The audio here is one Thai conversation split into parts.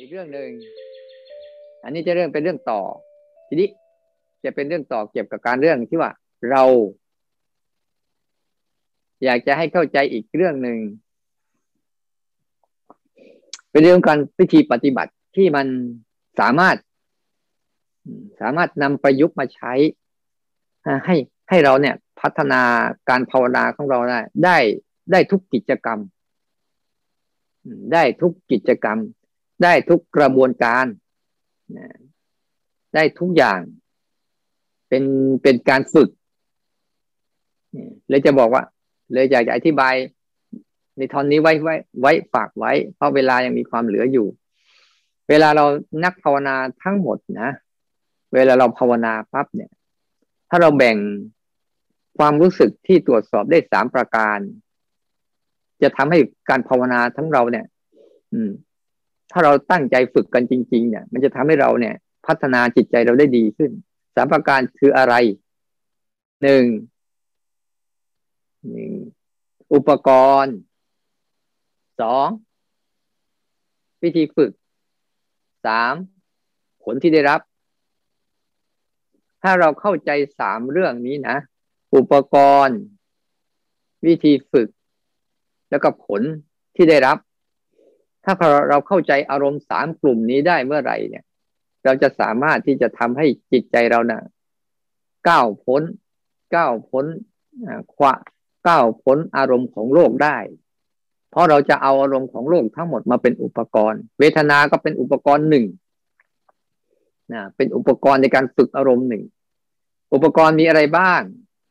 อีกเรื่องหนึ่งอันนี้จะเป็นเรื่องต่อทีนี้จะเป็นเรื่องต่อเกี่ยวกับการเรื่องที่ว่าเราอยากจะให้เข้าใจอีกเรื่องหนึ่งเป็นเรื่องการวิธีปฏิบัติที่มันสามารถนำประยุกต์มาใช้ให้เราเนี่ยพัฒนาการภาวนาของเราได้ทุกกิจกรรมได้ทุกกิจกรรมได้ทุกกระบวนการได้ทุกอย่างเป็นการฝึกเลยจะบอกว่าเลยอยากจะอธิบายในตอนนี้ไว้ฝากไว้เพราะเวลายังมีความเหลืออยู่เวลาเรานักภาวนาทั้งหมดนะเวลาเราภาวนาปั๊บเนี่ยถ้าเราแบ่งความรู้สึกที่ตรวจสอบได้3ประการจะทำให้การภาวนาทั้งเราเนี่ยถ้าเราตั้งใจฝึกกันจริงๆเนี่ยมันจะทำให้เราเนี่ยพัฒนาจิตใจเราได้ดีขึ้น3ประการคืออะไร1อุปกรณ์2วิธีฝึก3ผลที่ได้รับถ้าเราเข้าใจ3เรื่องนี้นะอุปกรณ์วิธีฝึกแล้วก็ผลที่ได้รับถ้าเราเข้าใจอารมณ์3กลุ่มนี้ได้เมื่อไหร่เนี่ยเราจะสามารถที่จะทำให้จิตใจเราน่ะก้าวพ้นอารมณ์ของโลกได้เพราะเราจะเอาอารมณ์ของโลกทั้งหมดมาเป็นอุปกรณ์เวทนาก็เป็นอุปกรณ์หนึ่งเป็นอุปกรณ์ในการฝึกอารมณ์หนึ่งอุปกรณ์มีอะไรบ้าง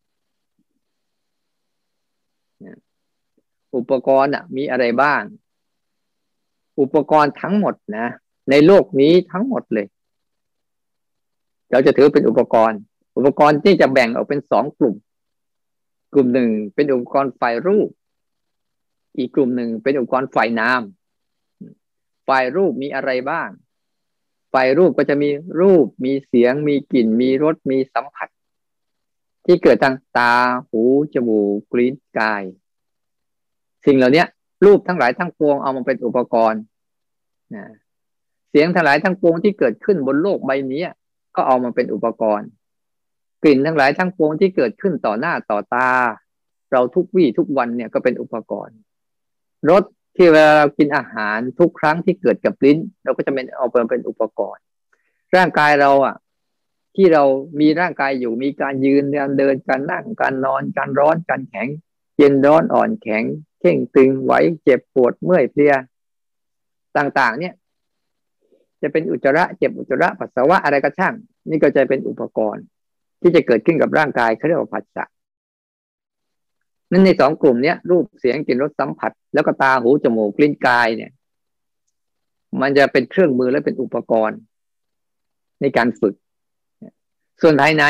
อุปกรณ์มีอะไรบ้างอุปกรณ์ทั้งหมดนะในโลกนี้ทั้งหมดเลยเราจะถือเป็นอุปกรณ์ที่จะแบ่งออกเป็น2กลุ่มหนึ่งเป็นอุปกรณ์ฝ่ายรูปอีกกลุ่มหนึ่งเป็นอุปกรณ์ฝ่ายนามฝ่ายรูปมีอะไรบ้างฝ่ายรูปก็จะมีรูปมีเสียงมีกลิ่นมีรสมีสัมผัสที่เกิดทางตาหูจมูกลิ้นกายสิ่งเหล่านี้รูปทั้งหลายทั้งปวงเอามาเป็นอุปกรณ์เสียงทั้งหลายทั้งปวงที่เกิดขึ้นบนโลกใบนี้ก็เอามาเป็นอุปกรณ์กลิ่นทั้งหลายทั้งปวงที่เกิดขึ้นต่อหน้าต่อตาเราทุกวี่ทุกวันเนี่ยก็เป็นอุปกรณ์รสที่เวลาเรากินอาหารทุกครั้งที่เกิดกับลิ้นเราก็จะเอาไปเป็นอุปกรณ์ร่างกายเราที่เรามีร่างกายอยู่มีการยืนการเดินการนั่งการนอนการร้อนการแข็งเย็นร้อนอ่อนแข็งเข่งตึงไหวเจ็บปวดเมื่อยเพลียต่างๆเนี่ยจะเป็นอุจจาระเจ็บอุจจาระปัสสาวะอะไรก็ช่างนี่ก็จะเป็นอุปกรณ์ที่จะเกิดขึ้นกับร่างกายเขาเรียกว่าผัสสะนั้นใน2กลุ่มเนี้ยรูปเสียงกลิ่นรสสัมผัสแล้วก็ตาหูจมูกลิ้นกายเนี่ยมันจะเป็นเครื่องมือและเป็นอุปกรณ์ในการฝึกส่วนภาย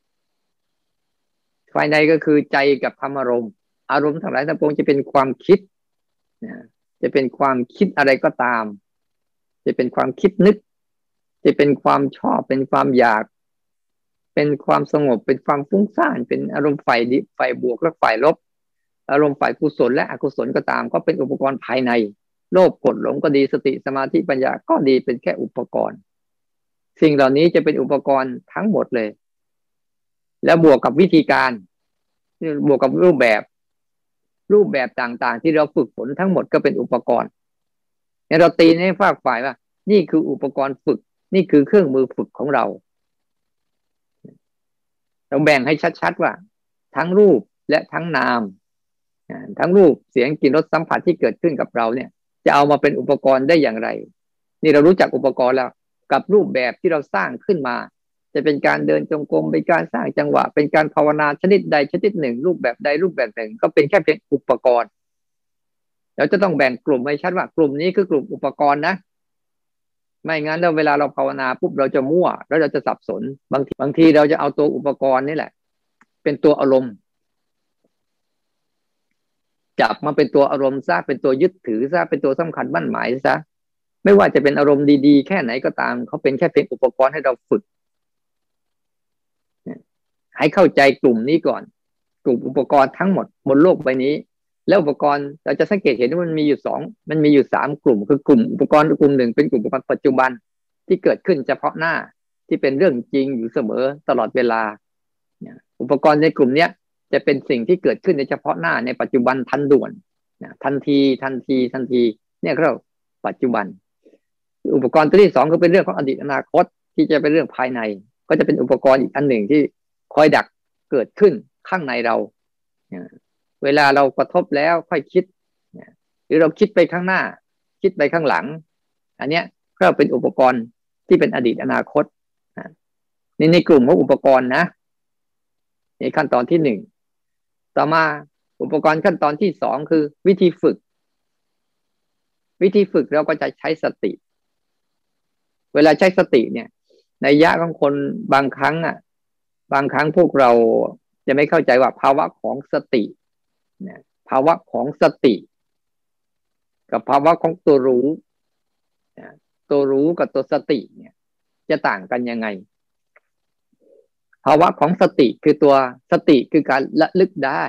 ในก็คือใจกับธรรมอารมณ์ทั้งหลายทั้งปวงจะเป็นความคิดจะเป็นความคิดอะไรก็ตามจะเป็นความคิดนึกจะเป็นความชอบเป็นความอยากเป็นความสงบเป็นความฟุ้งซ่านเป็นอารมณ์ฝ่ายดีฝ่ายบวกและฝ่ายลบอารมณ์ฝ่ายกุศลและอกุศลก็ตามก็เป็นอุปกรณ์ภายในโลภโกรธหลงก็ดีสติสมาธิปัญญาก็ดีเป็นแค่อุปกรณ์สิ่งเหล่านี้จะเป็นอุปกรณ์ทั้งหมดเลยแล้วบวกกับวิธีการบวกกับรูปแบบต่างๆที่เราฝึกฝนทั้งหมดก็เป็นอุปกรณ์เนี่ยเราตีให้ฝากฝ่ายว่านี่คืออุปกรณ์ฝึกนี่คือเครื่องมือฝึกของเราแบ่งให้ชัดๆว่าทั้งรูปและทั้งนามทั้งรูปเสียงกลิ่นรสสัมผัสที่เกิดขึ้นกับเราเนี่ยจะเอามาเป็นอุปกรณ์ได้อย่างไรนี่เรารู้จักอุปกรณ์แล้วกับรูปแบบที่เราสร้างขึ้นมาจะเป็นการเดินจงกรมเป็นการสร้างจังหวะเป็นการภาวนาชนิดใดชนิดหนึ่งรูปแบบใดรูปแบบหนึ่งก็เป็นแค่เพียงอุปกรณ์เราจะต้องแบ่งกลุ่มให้ชัดว่ากลุ่มนี้คือกลุ่มอุปกรณ์นะไม่งั้นแล้วเวลาเราภาวนาปุ๊บเราจะมั่วแล้วเราจะสับสนบางทีเราจะเอาตัวอุปกรณ์นี่แหละเป็นตัวอารมณ์จับมาเป็นตัวอารมณ์ซะเป็นตัวยึดถือซะเป็นตัวสำคัญมั่นหมายซะไม่ว่าจะเป็นอารมณ์ดีๆแค่ไหนก็ตามเขาเป็นแค่เพียงอุปกรณ์ให้เราฝึกให้เข้าใจกลุ่มนี้ก่อนกลุ่มอุปกรณ์ทั้งหมดบนโลกใบนี้แล้วอุปกรณ์เราจะสังเกตเห็นว่ามันมีอยู่3 กลุ่มคือกลุ่มอุปกรณ์กลุ่มหนึ่งเป็นกลุ่มอุปกรณ์ปัจจุบันที่เกิดขึ้นเฉพาะหน้าที่เป็นเรื่องจริงอยู่เสมอตลอดเวลาอุปกรณ์ในกลุ่มนี้จะเป็นสิ่งที่เกิดขึ้นในเฉพาะหน้าในปัจจุบันทันด่วนทันทีเนี่ยเราปัจจุบันอุปกรณ์ตัวที่2ก็เป็นเรื่องของอดีตอนาคตที่จะเป็นเรื่องภายในก็จะเป็นอุปกรณ์อีกอันหนึ่งที่คอยดักเกิดขึ้นข้างในเราเวลาเรากระทบแล้วค่อยคิดหรือเราคิดไปข้างหน้าคิดไปข้างหลังอันเนี้ยก็เป็นอุปกรณ์ที่เป็นอดีตอนาคตในกลุ่มของอุปกรณ์นะในขั้นตอนที่1ต่อมาอุปกรณ์ขั้นตอนที่2คือวิธีฝึกเราก็จะใช้สติเวลาใช้สติเนี่ยนัยยะของคนบางครั้งพวกเราจะไม่เข้าใจว่าภาวะของสติภาวะของสติกับภาวะของตัวรู้กับตัวสติเนี่ยจะต่างกันยังไงภาวะของสติคือตัวสติคือการระลึกได้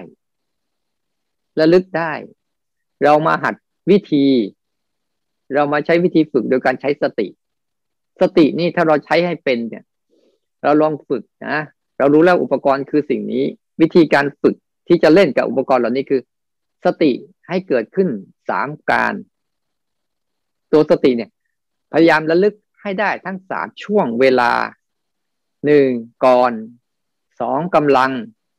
เรามาหัดวิธีเรามาใช้วิธีฝึกโดยการใช้สตินี่ถ้าเราใช้ให้เป็นเนี่ยเราลองฝึกนะเรารู้แล้วอุปกรณ์คือสิ่งนี้วิธีการฝึกที่จะเล่นกับอุปกรณ์เหล่านี้คือสติให้เกิดขึ้น3 การตัวสติเนี่ยพยายามระลึกให้ได้ทั้ง3 ช่วงเวลา1ก่อน2กำลัง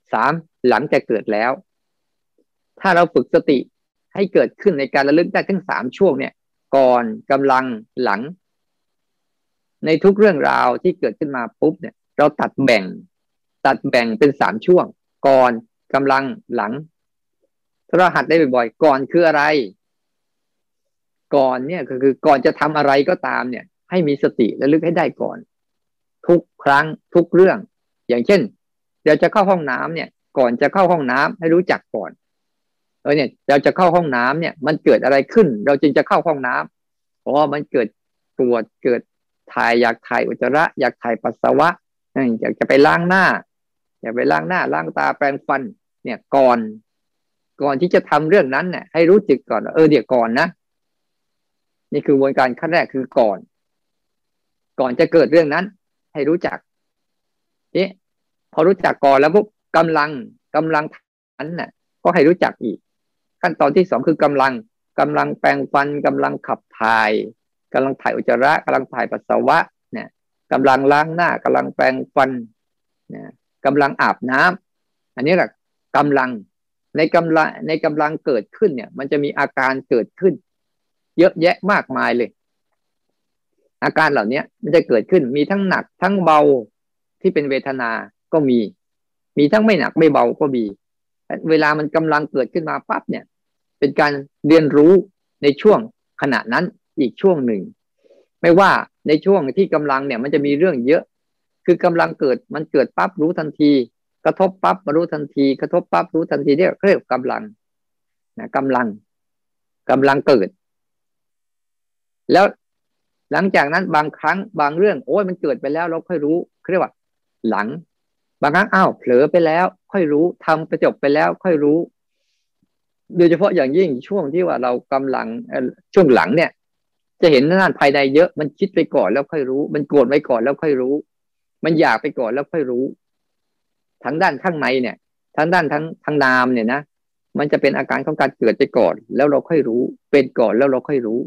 3หลังจากเกิดแล้วถ้าเราฝึกสติให้เกิดขึ้นในการระลึกได้ทั้ง3 ช่วงเนี่ยก่อนกำลังหลังในทุกเรื่องราวที่เกิดขึ้นมาปุ๊บเนี่ยเราตัดแบ่งเป็น3 ช่วงก่อนกำลังหลังถ้าเราหัดได้บ่อยๆก่อนคืออะไรก่อนเนี่ยก็คือก่อนจะทำอะไรก็ตามเนี่ยให้มีสติระลึกให้ได้ก่อนทุกครั้งทุกเรื่องอย่างเช่นเดี๋ยวจะเข้าห้องน้ำเนี่ยก่อนจะเข้าห้องน้ำให้รู้จักก่อนเนี่ยเราจะเข้าห้องน้ำเนี่ยมันเกิดอะไรขึ้นเราจึงจะเข้าห้องน้ำเพราะว่ามันเกิดปวดเกิดถ่ายอยากถ่ายอุจจาระอยากถ่ายปัสสาวะอยากจะไปล้างหน้าล้างตาแปรงฟันเนี่ยก่อนที่จะทำเรื่องนั้นเนี่ยให้รู้จึกก่อนเดี๋ยวก่อนนะนี่คือกระบวนการขั้นแรกคือก่อนจะเกิดเรื่องนั้นให้รู้จักนี่พอรู้จักก่อนแล้วปุ๊บกำลังนั้นน่ะก็ให้รู้จักอีกขั้นตอนที่2คือกำลังแปรงฟันกำลังขับถ่ายกำลังถ่ายอุจจาระกำลังถ่ายปัสสาวะเนี่ยกำลังล้างหน้ากำลังแปรงฟันเนี่ยกำลังอาบน้ำอันนี้แหละกำลังในกำลังเกิดขึ้นเนี่ยมันจะมีอาการเกิดขึ้นเยอะแยะมากมายเลยอาการเหล่านี้มันจะเกิดขึ้นมีทั้งหนักทั้งเบาที่เป็นเวทนาก็มีทั้งไม่หนักไม่เบาก็มีเวลามันกำลังเกิดขึ้นมาปั๊บเนี่ยเป็นการเรียนรู้ในช่วงขณะนั้นอีกช่วงหนึ่งไม่ว่าในช่วงที่กำลังเนี่ยมันจะมีเรื่องเยอะคือกำลังเกิดมันเกิดปั๊บรู้ทันทีกระทบปั๊บมารู้ทันทีกระทบปั๊บรู้ทันทีเรียกกำลังนะกำลังเกิดแล้วหลังจากนั้นบางครั้งบางเรื่องมันเกิดไปแล้วเราค่อยรู้เรียกว่าหลังบางครั้งเผลอไปแล้วค่อยรู้ทำไปจบไปแล้วค่อยรู้โดยเฉพาะอย่างยิ่งช่วงที่ว่าเรากำลังช่วงหลังเนี่ยจะเห็นด้านภายในเยอะมันคิดไปก่อนแล้วค่อยรู้มันโกรธไปก่อนแล้วค่อยรู้มันอยากไปก่อนแล้วค่อยรู้ทั้งด้านข้างในเนี่ยทั้งด้านทั้งนามเนี่ยนะมันจะเป็นอาการของการเกิดไปก่อนแล้วเราค่อยรู้เป็นก่อนแล้วเราค่อยรู้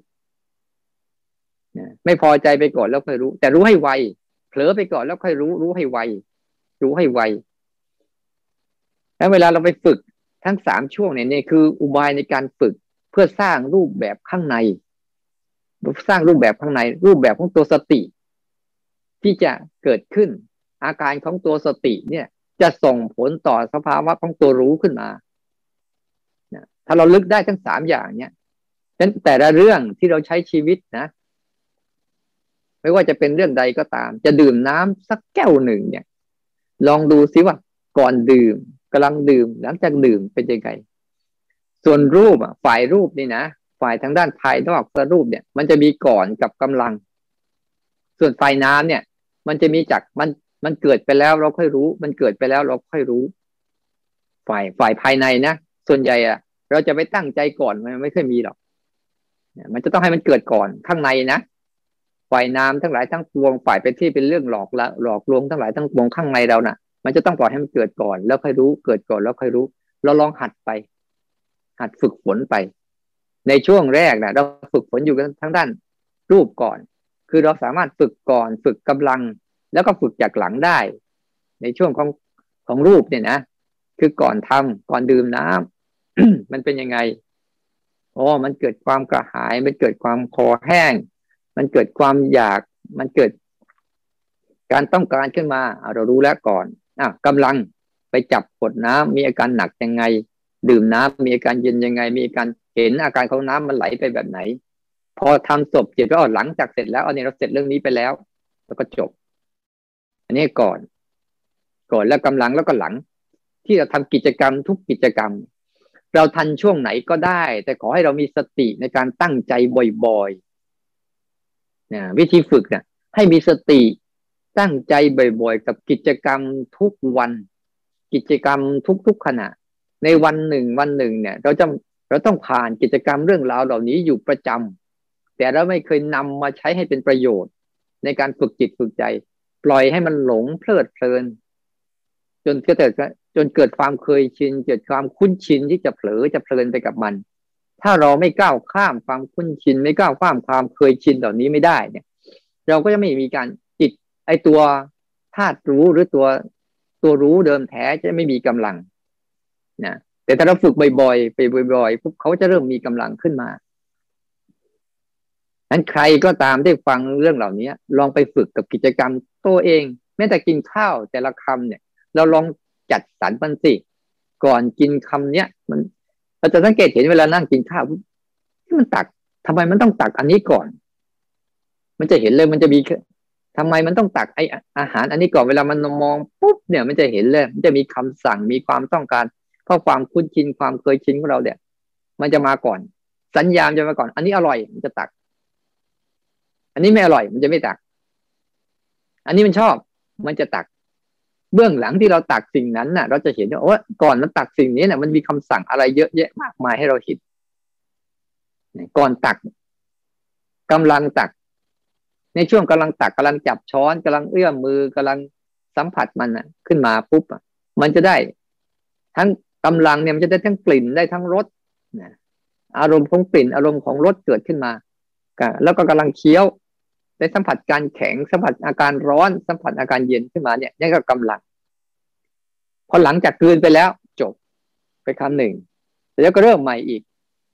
ไม่พอใจไปก่อนแล้วค่อยรู้แต่รู้ให้ไวเผลอไปก่อนแล้วค่อยรู้ให้ไวแล้วเวลาเราไปฝึกทั้ง3 ช่วงเนี่ยคืออุบายในการฝึกเพื่อสร้างรูปแบบข้างในรูปแบบของตัวสติที่จะเกิดขึ้นอาการของตัวสติเนี่ยจะส่งผลต่อสภาวะของตัวรู้ขึ้นมาถ้าเราลึกได้ทั้ง3 อย่างเนี่ยนั้นแต่ละเรื่องที่เราใช้ชีวิตนะไม่ว่าจะเป็นเรื่องใดก็ตามจะดื่มน้ำสักแก้วหนึ่งเนี่ยลองดูซิว่าก่อนดื่มกำลังดื่มหลังจากดื่มเป็นยังไงส่วนรูปฝ่ายรูปนี่นะฝ่ายทางด้านภายนอกรูปเนี่ยมันจะมีก่อนกับกำลังส่วนฝ่ายน้ำเนี่ยมันจะมีจากมันเกิดไปแล้วเราค่อยรู้มันเกิดไปแล้วเราค่อยรู้ฝ่ายภายในนะส่วนใหญ่เราจะไปตั้งใจก่อนมันไม่เคยมีหรอกมันจะต้องให้มันเกิดก่อนข้างในนะฝ่ายนามทั้งหลายทั้งปวงฝ่ายเป็นที่เป็นเรื่องหลอกละหลอกลวงทั้งหลายทั้งปวงข้างในเราน่ะมันจะต้องปล่อยให้มันเกิดก่อนแล้วค่อยรู้เกิดก่อนแล้วค่อยรู้เราลองหัดไปหัดฝึกฝนไปในช่วงแรกนะเราฝึกฝนอยู่กันทั้งด้านรูปก่อนคือเราสามารถฝึกก่อนฝึกกำลังแล้วก็ฝึกจากหลังได้ในช่วงของรูปเนี่ยนะคือก่อนทำก่อนดื่มน้ำ มันเป็นยังไงมันเกิดความกระหายมันเกิดความคอแห้งมันเกิดความอยากมันเกิดการต้องการขึ้นมาเรารู้แล้วก่อนกำลังไปจับขวดน้ำมีอาการหนักยังไงดื่มน้ำมีอาการเย็นยังไงมีอาการเห็นอาการของน้ำมันไหลไปแบบไหนพอทำจบเสร็จแล้วหลังจากเสร็จแล้วอันนี้เราเสร็จเรื่องนี้ไปแล้วแล้วก็จบอันนี้ก่อนแล้วกำลังแล้วก็หลังที่เราทำกิจกรรมทุกกิจกรรมเราทันช่วงไหนก็ได้แต่ขอให้เรามีสติในการตั้งใจบ่อยๆวิธีฝึกให้มีสติตั้งใจบ่อยๆกับกิจกรรมทุกวันกิจกรรมทุกๆขณะในวันหนึ่งเนี่ยเราต้องผ่านกิจกรรมเรื่องราวเหล่านี้อยู่ประจำแต่เราไม่เคยนำมาใช้ให้เป็นประโยชน์ในการฝึกจิตฝึกใจปล่อยให้มันหลงเพลิดเพลินจนเกิดความเคยชินเกิดความคุ้นชินที่จะเผลอจะเพลินไปกับมันถ้าเราไม่ก้าวข้ามความคุ้นชินไม่ก้าวข้ามความเคยชินเหล่านี้ไม่ได้เนี่ยเราก็จะไม่มีการจิตไอตัวธาตุรู้หรือตัวรู้เดิมแท้จะไม่มีกำลังนะแต่ถ้าเราฝึกบ่อยๆไปบ่อยๆปุ๊บเขาจะเริ่มมีกำลังขึ้นมานั้นใครก็ตามได้ฟังเรื่องเหล่านี้ลองไปฝึกกับกิจกรรมตัวเองแม้แต่กินข้าวแต่ละคำเนี่ยเราลองจัดสรรมันสิก่อนกินคำเนี้ยมันเราจะสังเกตเห็นเวลานั่งกินข้าวที่มันตักทำไมมันต้องตักอันนี้ก่อนมันจะเห็นเลยมันจะมีทำไมมันต้องตักไออาหารอันนี้ก่อนเวลามันมองปุ๊บเนี่ยมันจะเห็นเลยมันจะมีคำสั่งมีความต้องการเพราะความคุ้นชินความเคยชินของเราเนี่ยมันจะมาก่อนสัญญาณจะมาก่อนอันนี้อร่อยมันจะตักอันนี้ไม่อร่อยมันจะไม่ตักอันนี้มันชอบมันจะตักเบื้องหลังที่เราตักสิ่งนั้นน่ะเราจะเห็นว่าก่อนมันตักสิ่งนี้น่ะมันมีคำสั่งอะไรเยอะแยะมากมายให้เราเห็นก่อนตักกำลังตักในช่วงกำลังตักกำลังจับช้อนกำลังเอื้อมมือกำลังสัมผัสมันขึ้นมาปุ๊บมันจะได้ทั้งกำลังเนี่ยมันจะได้ทั้งกลิ่นได้ทั้งรสอารมณ์ของกลิ่นอารมณ์ของรสเกิดขึ้นมาแล้วก็กำลังเคี้ยวได้สัมผัสการแข็งสัมผัสอาการร้อนสัมผัสอาการเย็นขึ้นมาเนี่ยนี่ก็กำลังพอหลังจากกลืนไปแล้วจบไปคำหนึ่งแล้วก็เริ่มใหม่อีก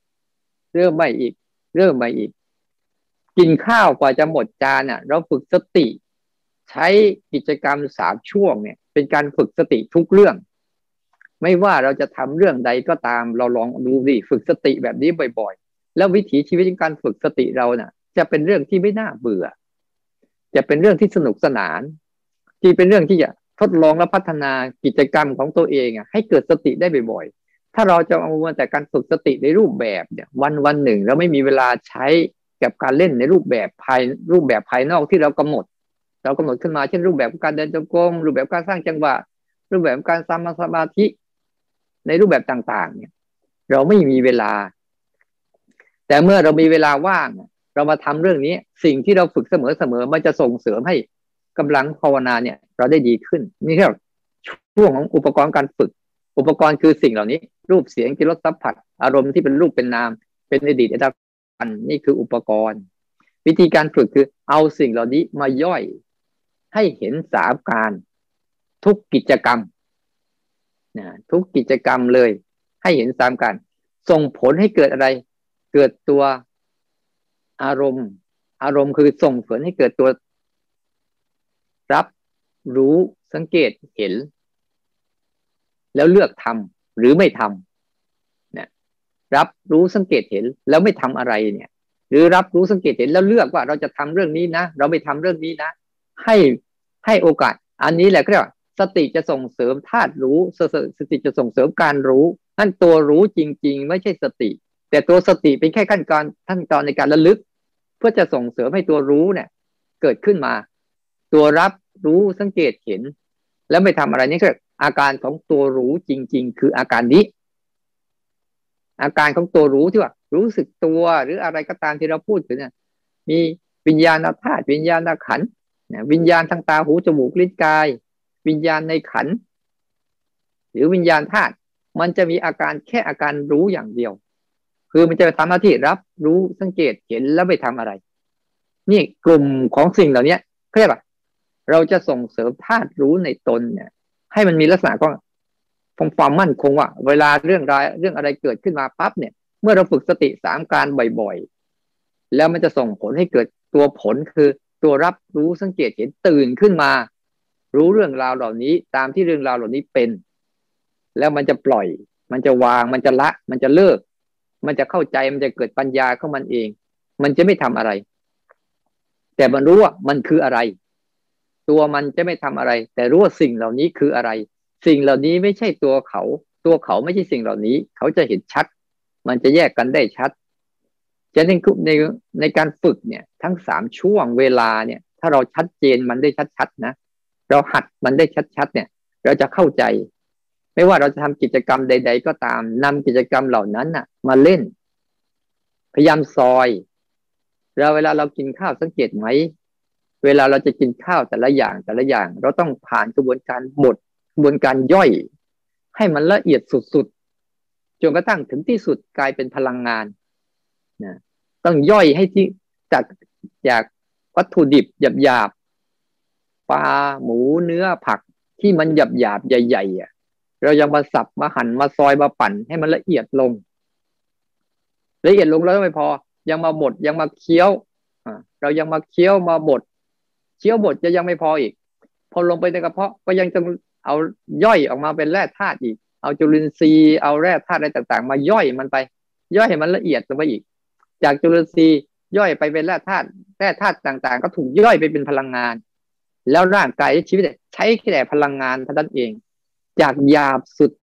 กินข้าวกว่าจะหมดจานเราฝึกสติใช้กิจกรรม3 ช่วงเนี่ยเป็นการฝึกสติทุกเรื่องไม่ว่าเราจะทำเรื่องใดก็ตามเราลองดูดิฝึกสติแบบนี้บ่อยๆแล้ววิถีชีวิตในการฝึกสติเราจะเป็นเรื่องที่ไม่น่าเบื่อจะเป็นเรื่องที่สนุกสนานที่เป็นเรื่องที่จะทดลองและพัฒนากิจกรรมของตัวเองให้เกิดสติได้บ่อยๆถ้าเราจะเอาแต่การฝึกสติในรูปแบบเนี่ยวันหนึ่งเราไม่มีเวลาใช้กับการเล่นในรูปแบบภายนอกที่เรากำหนดขึ้นมาเช่นรูปแบบการเดินจงกรมรูปแบบการสร้างจังหวะรูปแบบการสมาธิในรูปแบบต่างๆเนี่ยเราไม่มีเวลาแต่เมื่อเรามีเวลาว่างเรามาทำเรื่องนี้สิ่งที่เราฝึกเสมอมันจะส่งเสริมให้กำลังภาวนาเนี่ยเราได้ดีขึ้นนี่คือช่วงของอุปกรณ์การฝึกอุปกรณ์คือสิ่งเหล่านี้รูปเสียงกลิ่นรสสัมผัสอารมณ์ที่เป็นรูปเป็นนามเป็นอดีตอนาคตนี่คืออุปกรณ์วิธีการฝึกคือเอาสิ่งเหล่านี้มาย่อยให้เห็น3 การทุกกิจกรรมทุกกิจกรรมเลยให้เห็น3 การส่งผลให้เกิดอะไรเกิดตัวอารมณ์คือส่งผลให้เกิดตัวรับรู้สังเกตเห็นแล้วเลือกทำหรือไม่ทำเนี่ยรับรู้สังเกตเห็นแล้วไม่ทำอะไรเนี่ยหรือรับรู้สังเกตเห็นแล้วเลือกว่าเราจะทำเรื่องนี้นะเราไม่ทำเรื่องนี้นะให้โอกาสอันนี้แหละก็เรียกว่าสติจะส่งเสริมธาตุรู้สติจะส่งเสริมการรู้นั่นตัวรู้จริงๆไม่ใช่สติแต่ตัวสติเป็นแค่ขั้นตอนในการระลึกเพื่อจะส่งเสริมให้ตัวรู้เนี่ยเกิดขึ้นมาตัวรับรู้สังเกตเห็นแล้วไม่ทำอะไรนี่คืออาการของตัวรู้จริงๆคืออาการนี้อาการของตัวรู้ที่ว่ารู้สึกตัวหรืออะไรก็ตามที่เราพูดถึงเนี่ยมีวิญญาณธาตุวิญญาณขันธ์วิญญาณทางตาหูจมูกลิ้นกายวิญญาณในขันธ์หรือวิญญาณธาตุมันจะมีอาการแค่อาการรู้อย่างเดียวคือมันจะทำหน้าที่รับรู้สังเกตเห็นแล้วไม่ทำอะไรนี่กลุ่มของสิ่งเหล่านี้เขาเรียกว่าเราจะส่งเสริมธาตุรู้ในตนเนี่ยให้มันมีลักษณะของความมั่นคงว่าเวลาเรื่องอะไรเกิดขึ้นมาปั๊บเนี่ยเมื่อเราฝึกสติ3 การบ่อยๆแล้วมันจะส่งผลให้เกิดตัวผลคือตัวรับรู้สังเกตเห็นตื่นขึ้นมารู้เรื่องราวเหล่านี้ตามที่เรื่องราวเหล่านี้เป็นแล้วมันจะปล่อยมันจะวางมันจะละมันจะเลิกมันจะเข้าใจมันจะเกิดปัญญาของมันเองมันจะไม่ทำอะไรแต่มันรู้ว่ามันคืออะไรตัวมันจะไม่ทำอะไรแต่รู้ว่าสิ่งเหล่านี้คืออะไรสิ่งเหล่านี้ไม่ใช่ตัวเขาตัวเขาไม่ใช่สิ่งเหล่านี้เขาจะเห็นชัดมันจะแยกกันได้ชัดฉะนั้นในการฝึกเนี่ยทั้ง3 ช่วงเวลาเนี่ยถ้าเราชัดเจนมันได้ชัดๆนะเราหัดมันได้ชัดๆเนี่ยเราจะเข้าใจไม่ว่าเราจะทำกิจกรรมใดๆก็ตามนำกิจกรรมเหล่านั้นน่ะมาเล่นพยายามซอยเวลาเรากินข้าวสังเกตไหมเวลาเราจะกินข้าวแต่ละอย่างเราต้องผ่านกระบวนการบดกระบวนการย่อยให้มันละเอียดสุดๆจนกระทั่งถึงที่สุดกลายเป็นพลังงานนะต้องย่อยให้ที่จากวัตถุดิบหยาบๆปลาหมูเนื้อผักที่มันหยาบๆใหญ่ๆอ่ะเรายังมาสับมาหั่นมาซอยมาปั่นให้มันละเอียดลงแล้วไม่พอยังมาบดยังมาเคี้ยวเรายังมาเคี้ยวมาบดเคี้ยวบดจะยังไม่พออีกพอลงไปในกระเพาะก็ยังต้องเอาย่อยออกมาเป็นแร่ธาตุอีกเอาจุลินทรีย์เอาแร่ธาตุอะไรต่างๆมาย่อยมันไปย่อยให้มันละเอียดลงไปอีกจากจุลินทรีย์ย่อยไปเป็นแร่ธาตุต่างๆก็ถูกย่อยไปเป็นพลังงานแล้วร่างกายชีวิตใช้แค่พลังงานเท่านั้นเองจากหยาบสุด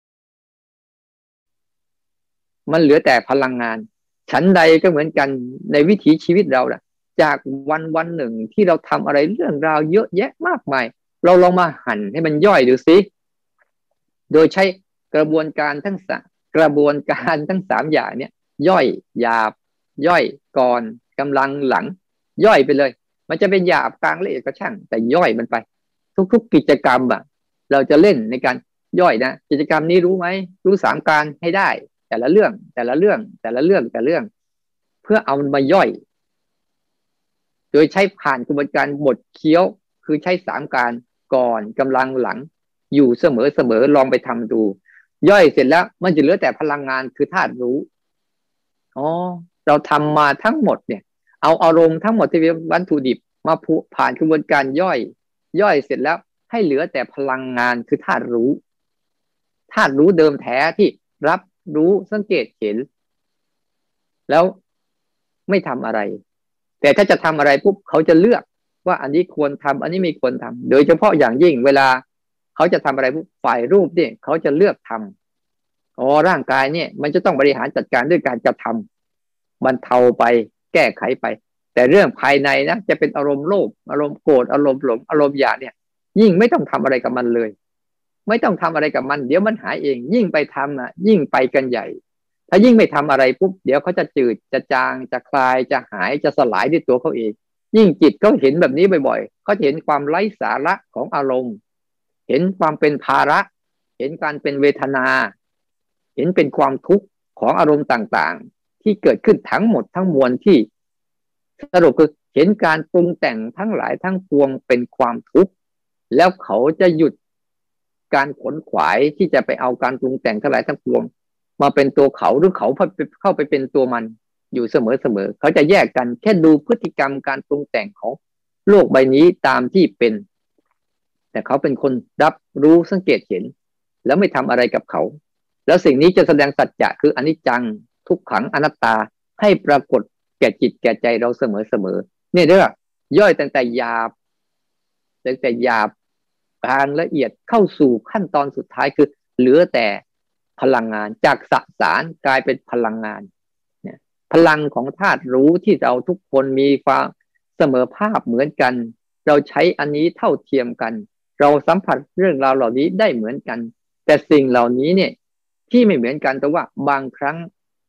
มันเหลือแต่พลังงานฉันใดก็เหมือนกันในวิถีชีวิตเราจากวันหนึ่งที่เราทำอะไรเรื่องราวเยอะแยะมากมายเราลองมาหั่นให้มันย่อยดูสิโดยใช้กระบวนการทั้ง3อย่างเนี่ยย่อยหยาบย่อยก่อนกำลังหลังย่อยไปเลยมันจะเป็นหยาบกลางละเอียดก็ช่างแต่ย่อยมันไปทุกๆกิจกรรมเราจะเล่นในการย่อยนะกิจกรรมนี้รู้ไหมรู้3 การให้ได้แต่ละเรื่องเพื่อเอามันมาย่อยโดยใช้ผ่านกระบวนการบดเคี้ยวคือใช้3 การก่อนกำลังหลังอยู่เสมอลองไปทำดูย่อยเสร็จแล้วมันจะเหลือแต่พลังงานคือธาตุรู้เราทำมาทั้งหมดเนี่ยเอาอารมณ์ทั้งหมดที่เป็นวัตถุดิบมาผ่านกระบวนการย่อยเสร็จแล้วให้เหลือแต่พลังงานคือธาตุรู้เดิมแท้ที่รับรู้สังเกตเห็นแล้วไม่ทำอะไรแต่ถ้าจะทำอะไรปุ๊บเขาจะเลือกว่าอันนี้ควรทำอันนี้ไม่ควรทำโดยเฉพาะอย่างยิ่งเวลาเขาจะทำอะไรปุ๊บฝ่ายรูปเนี่ยเขาจะเลือกทำร่างกายเนี่ยมันจะต้องบริหารจัดการด้วยการจะทำบรรเทาไปแก้ไขไปแต่เรื่องภายในนะจะเป็นอารมณ์โลภอารมณ์โกรธอารมณ์หลงอารมณ์อยากเนี่ยยิ่งไม่ต้องทำอะไรกับมันเลยไม่ต้องทำอะไรกับมันเดี๋ยวมันหายเองยิ่งไปทำยิ่งไปกันใหญ่ถ้ายิ่งไม่ทำอะไรปุ๊บเดี๋ยวเขาจะจืดจะจางจะคลายจะหายจะสลายด้วยตัวเขาเองยิ่งจิตเขาเห็นแบบนี้บ่อยๆเขาจะเห็นความไร้สาระของอารมณ์เห็นความเป็นภาระเห็นการเป็นเวทนาเห็นเป็นความทุกข์ของอารมณ์ต่างๆที่เกิดขึ้นทั้งหมดทั้งมวลที่สรุปคือเห็นการปรุงแต่งทั้งหลายทั้งปวงเป็นความทุกข์แล้วเขาจะหยุดการขนขวายที่จะไปเอาการปรุงแต่งทั้งหลายทั้งปวงมาเป็นตัวเขาหรือเขาเข้าไปเป็นตัวมันอยู่เสมอเขาจะแยกกันแค่ดูพฤติกรรมการปรุงแต่งของโลกใบนี้ตามที่เป็นแต่เขาเป็นคนรับรู้สังเกตเห็นแล้วไม่ทำอะไรกับเขาแล้วสิ่งนี้จะแสดงสัจจะคืออนิจจังทุกขังอนัตตาให้ปรากฏแก่จิตแก่ใจเราเสมอเนี่ยเด้อย่อยตั้งแต่หยาบกลางละเอียดเข้าสู่ขั้นตอนสุดท้ายคือเหลือแต่พลังงานจากสสารกลายเป็นพลังงานเนี่ยพลังของธาตุรู้ที่เราทุกคนมีความเสมอภาพเหมือนกันเราใช้อันนี้เท่าเทียมกันเราสัมผัสเรื่องราวเหล่านี้ได้เหมือนกันแต่สิ่งเหล่านี้เนี่ยที่ไม่เหมือนกันแต่ว่าบางครั้ง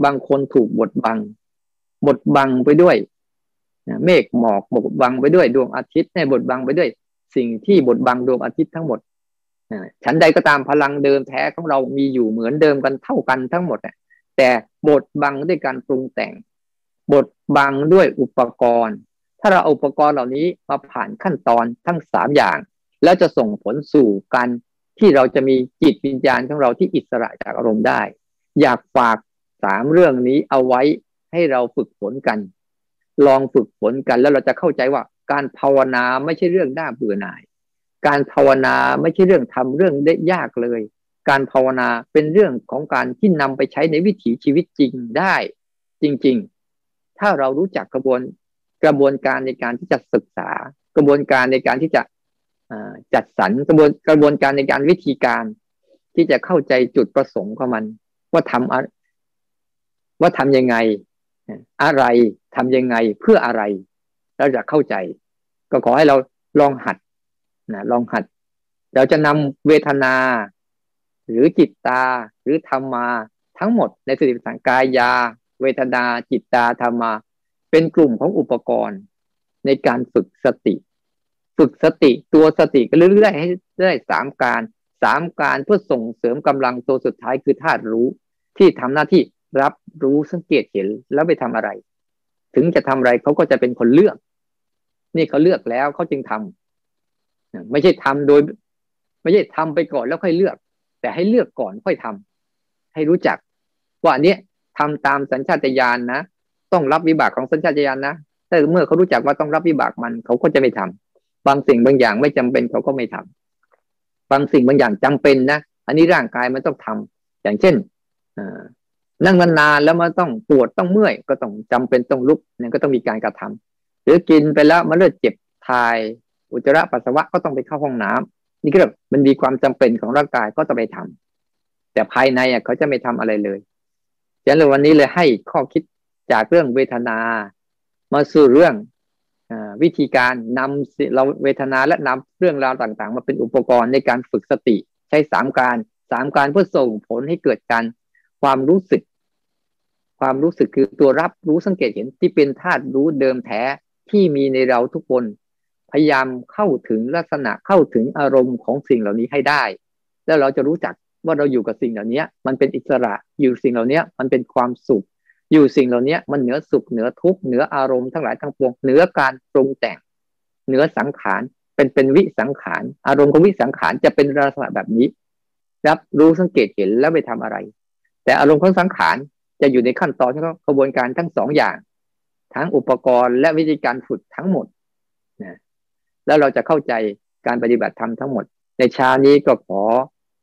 บางคนถูกบดบังไปด้วยเมฆหมอกบดบังไปด้วยดวงอาทิตย์ในบดบังไปด้วยสิ่งที่บดบังดวงอาทิตย์ทั้งหมดฉันใดก็ตามพลังเดิมแท้ของเรามีอยู่เหมือนเดิมกันเท่ากันทั้งหมดแต่บดบังด้วยการปรุงแต่งบดบังด้วยอุปกรณ์ถ้าเราเอาอุปกรณ์เหล่านี้มาผ่านขั้นตอนทั้ง3อย่างแล้วจะส่งผลสู่การที่เราจะมีจิตวิญญาณของเราที่อิสระจากอารมณ์ได้อยากฝาก3เรื่องนี้เอาไว้ให้เราฝึกฝนกันลองฝึกฝนกันแล้วเราจะเข้าใจว่าการภาวนาไม่ใช่เรื่องน่าเบื่อหน่ายการภาวนาไม่ใช่เรื่องทำเรื่องได้ยากเลยการภาวนาเป็นเรื่องของการที่นำไปใช้ในวิถีชีวิตจริงได้จริงๆถ้าเรารู้จักกระบวนการในการที่จะศึกษากระบวนการในการที่จะจัดสรรกระบวนการในการวิธีการที่จะเข้าใจจุดประสงค์ของมันว่าทำยังไงอะไรทำยังไงเพื่ออะไรเราจะเข้าใจก็ขอให้เราลองหัดเราจะนำเวทนาหรือจิตตาหรือธรรมาทั้งหมดในสติปัฏฐานกายาเวทนาจิตตาธรรมาเป็นกลุ่มของอุปกรณ์ในการฝึกสติตัวสติก็เรื่อยๆให้ได้3 การเพื่อส่งเสริมกำลังตัวสุดท้ายคือธาตุรู้ที่ทำหน้าที่รับรู้สังเกตเห็นแล้วไปทำอะไรถึงจะทำอะไรเขาก็จะเป็นคนเลือกนี่เขาเลือกแล้วเขาจึงทำไม่ใช่ทำไปก่อนแล้วค่อยเลือกแต่ให้เลือกก่อนค่อยทำให้รู้จักว่าอันนี้ทำตามสัญชาตญาณนะต้องรับวิบากของสัญชาตญาณนะแต่เมื่อเขารู้จักว่าต้องรับวิบากมันเขาก็จะไม่ทำบางสิ่งบางอย่างไม่จำเป็นเขาก็ไม่ทำบางสิ่งบางอย่างจำเป็นนะอันนี้ร่างกายมันต้องทำอย่างเช่นนั่งนานๆแล้วมันต้องปวดต้องเมื่อยก็ต้องจำเป็นต้องลุกเนี่ยก็ต้องมีการกระทำหรือกินไปแล้วมันเลือดเจ็บถ่ายอุจจาระปัสสาวะก็ต้องไปเข้าห้องน้ำนี่ก็แบบมันมีความจำเป็นของร่างกายก็ต้องไปทำแต่ภายในเขาจะไม่ทำอะไรเลยฉะนั้นวันนี้เลยให้ข้อคิดจากเรื่องเวทนามาสู่เรื่องวิธีการนำเราเวทนาและนำเรื่องราวต่างๆมาเป็นอุปกรณ์ในการฝึกสติใช้3 การเพื่อส่งผลให้เกิดการความรู้สึกคือตัวรับรู้สังเกตเห็นที่เป็นธาตุรู้เดิมแท้ที่มีในเราทุกคนพยายามเข้าถึงลักษณะเข้าถึงอารมณ์ของสิ่งเหล่านี้ให้ได้แล้วเราจะรู้จักว่าเราอยู่กับสิ่งเหล่านี้มันเป็นอิสระอยู่สิ่งเหล่านี้มันเป็นความสุขอยู่สิ่งเหล่านี้มันเหนือสุขเหนือทุกข์เหนืออารมณ์ทั้งหลายทั้งปวงเหนือการปรุงแต่งเหนือสังขารเป็นวิสังขารอารมณ์ของวิสังขารจะเป็นลักษณะแบบนี้รับรู้สังเกตเห็นแล้วไปทำอะไรแต่อารมณ์ของสังขารจะอยู่ในขั้นตอนของกระบวนการทั้ง2 อย่างทั้งอุปกรณ์และวิธีการฝึกทั้งหมดนะแล้วเราจะเข้าใจการปฏิบัติธรรมทั้งหมดในเช้านี้ก็ขอ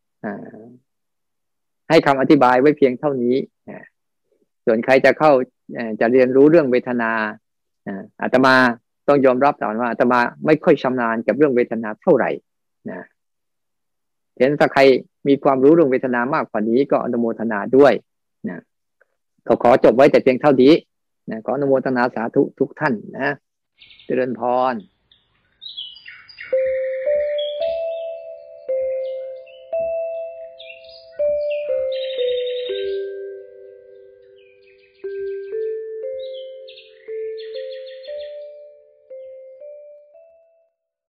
ให้คำอธิบายไว้เพียงเท่านี้ส่วนใครจะจะเรียนรู้เรื่องเวทนาอาตมาต้องยอมรับก่อนว่าอาตมาไม่ค่อยชำนาญกับเรื่องเวทนาเท่าไหร่นะเห็นถ้าใครมีความรู้เรื่องเวทนามากกว่านี้ก็อนุโมทนาด้วยนะขอจบไว้แต่เพียงเท่านี้นะขออนุโมทนาสาธุทุกท่านนะเจริญพร